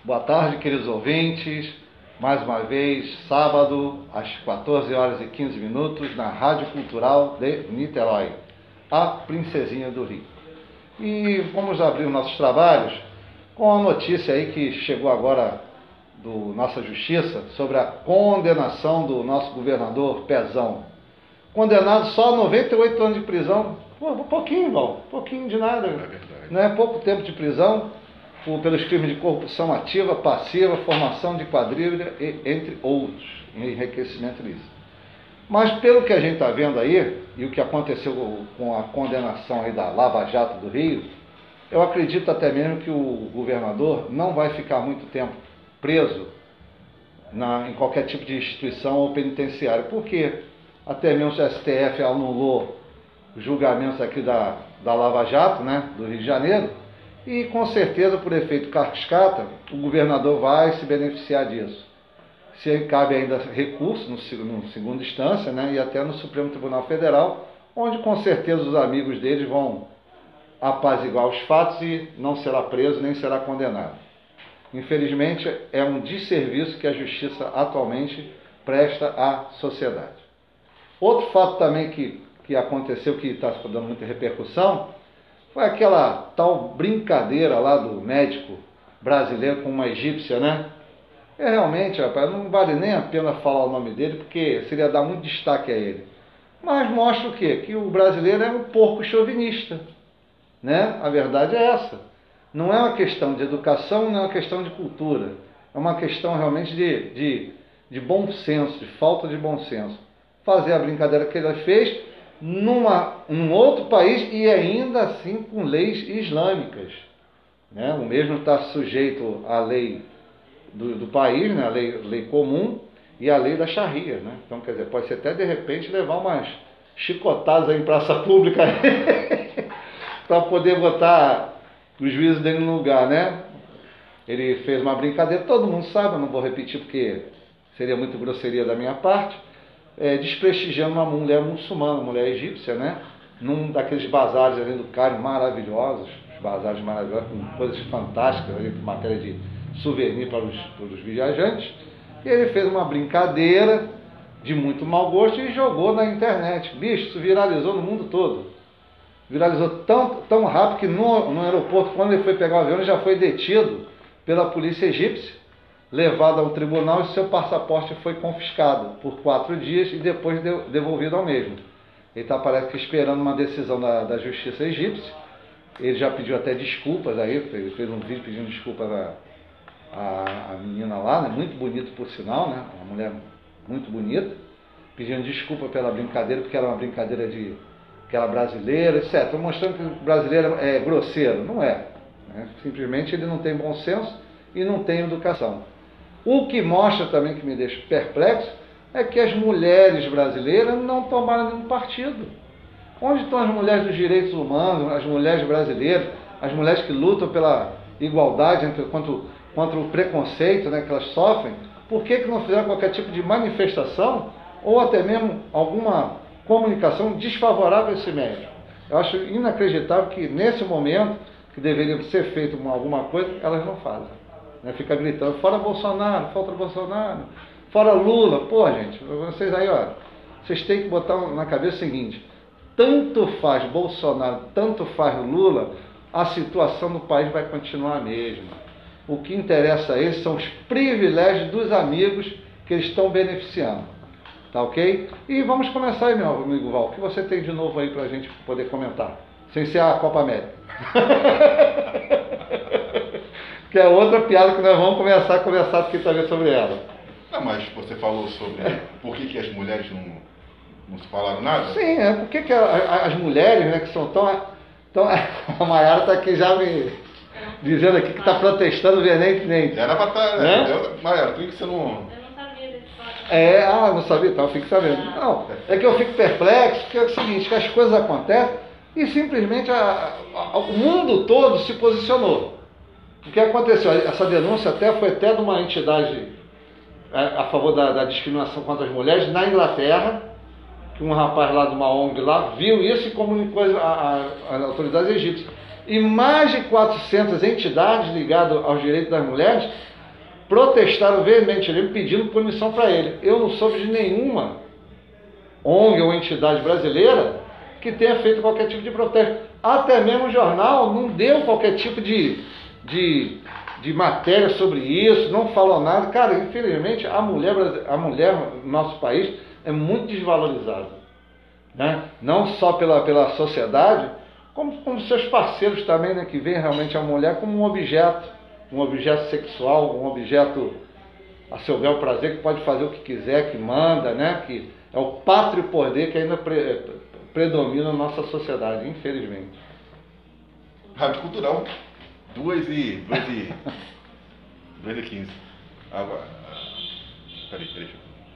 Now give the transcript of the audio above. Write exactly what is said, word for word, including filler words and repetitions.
Boa tarde, queridos ouvintes. Mais uma vez, sábado, às quatorze horas e quinze minutos, na Rádio Cultural de Niterói, a Princesinha do Rio. E vamos abrir nossos trabalhos com a notícia aí que chegou agora do nossa Justiça sobre a condenação do nosso governador Pezão. Condenado só a noventa e oito anos de prisão. Pô, pouquinho, Val, pouquinho de nada. É verdade. Não é pouco tempo de prisão. Por, pelos crimes de corrupção ativa, passiva, formação de quadrilha, e, entre outros, em enriquecimento ilícito. Mas pelo que a gente está vendo aí, e o que aconteceu com a condenação aí da Lava Jato do Rio, eu acredito até mesmo que o governador não vai ficar muito tempo preso na, em qualquer tipo de instituição ou penitenciária, porque até mesmo o S T F anulou os julgamentos aqui da, da Lava Jato, né, do Rio de Janeiro. E com certeza, por efeito cascata, o governador vai se beneficiar disso. Se cabe ainda recurso no, no segunda instância, né, e até no Supremo Tribunal Federal, onde com certeza os amigos deles vão apaziguar os fatos e não será preso nem será condenado. Infelizmente, é um desserviço que a Justiça atualmente presta à sociedade. Outro fato também que, que aconteceu, que está dando muita repercussão, foi aquela tal brincadeira lá do médico brasileiro com uma egípcia, né? É realmente, rapaz, não vale nem a pena falar o nome dele, porque seria dar muito destaque a ele. Mas mostra o quê? Que o brasileiro é um porco chauvinista, né? A verdade é essa. Não é uma questão de educação, não é uma questão de cultura. É uma questão realmente de, de, de bom senso, de falta de bom senso. Fazer a brincadeira que ele fez numa, num outro país e ainda assim com leis islâmicas, né? O mesmo está sujeito à lei do, do país, né? A lei, lei comum e a lei da Sharia, né? Então, quer dizer, pode ser até de repente levar umas chicotadas aí em praça pública para poder botar o juízo dele no lugar, né? Ele fez uma brincadeira, todo mundo sabe, eu não vou repetir porque seria muito grosseria da minha parte. É, desprestigiando uma mulher muçulmana, uma mulher egípcia, né? Num daqueles bazares ali do Cairo maravilhosos, os bazares maravilhosos, com coisas fantásticas ali, por matéria de souvenir para os, para os viajantes. E ele fez uma brincadeira de muito mau gosto e jogou na internet. Bicho, isso viralizou no mundo todo. Viralizou tão, tão rápido que no, no aeroporto, quando ele foi pegar o avião, ele já foi detido pela polícia egípcia, levado ao tribunal e seu passaporte foi confiscado por quatro dias e depois devolvido ao mesmo. Ele está, parece que, esperando uma decisão da, da justiça egípcia. Ele já pediu até desculpas aí, ele fez um vídeo pedindo desculpas a, a, a menina lá, né, muito bonito por sinal, né, uma mulher muito bonita, pedindo desculpa pela brincadeira, porque era uma brincadeira de que era brasileira, etcétera. Mostrando que o brasileiro é grosseiro. Não é, né? Simplesmente ele não tem bom senso e não tem educação. O que mostra também, que me deixa perplexo, é que as mulheres brasileiras não tomaram nenhum partido. Onde estão as mulheres dos direitos humanos, as mulheres brasileiras, as mulheres que lutam pela igualdade entre, contra, contra o preconceito, né, que elas sofrem? Por que, que não fizeram qualquer tipo de manifestação ou até mesmo alguma comunicação desfavorável a esse médico? Eu acho inacreditável que nesse momento, que deveria ser feito alguma coisa, elas não fazem. Né, fica gritando, fora Bolsonaro, fora Bolsonaro, fora Lula. Pô, gente, vocês aí, ó, vocês têm que botar na cabeça o seguinte: tanto faz Bolsonaro, tanto faz Lula, a situação do país vai continuar a mesma. O que interessa a eles são os privilégios dos amigos que eles estão beneficiando. Tá ok? E vamos começar aí, meu amigo Val. O que você tem de novo aí pra gente poder comentar? Sem ser a Copa América. Que é outra piada que nós vamos começar a conversar aqui também sobre ela. Não, mas você falou sobre é. por que, que as mulheres não, não se falaram nada? Sim, é. Por que, que a, a, as mulheres, né, que são tão... tão a Mayara está aqui já me dizendo aqui que está protestando veementemente. Era para estar, né? né? Mayara, por que você não... Eu não sabia desse fato. É, ah, não sabia, então eu fico sabendo. Não, é que eu fico perplexo, que é o seguinte, que as coisas acontecem e simplesmente a, a, o mundo todo se posicionou. O que aconteceu? Essa denúncia até foi até de uma entidade a, a favor da, da discriminação contra as mulheres na Inglaterra, que um rapaz lá de uma O N G lá viu isso e comunicou às autoridades egípcias. E mais de quatrocentas entidades ligadas aos direitos das mulheres protestaram veementemente pedindo punição para ele. Eu não soube de nenhuma O N G ou entidade brasileira que tenha feito qualquer tipo de protesto. Até mesmo o jornal não deu qualquer tipo de, de, de matéria sobre isso, não falou nada. Cara, infelizmente, a mulher, a mulher no nosso país é muito desvalorizada, né? Não só pela, pela sociedade, como, como seus parceiros também, né? Que veem realmente a mulher como um objeto, um objeto sexual, um objeto a seu bel prazer, que pode fazer o que quiser, que manda, né? Que é o pátrio poder que ainda pre, predomina na nossa sociedade, infelizmente. Rádio Cultural, duas e... duas e... duas e quinze. Agora... Peraí, peraí.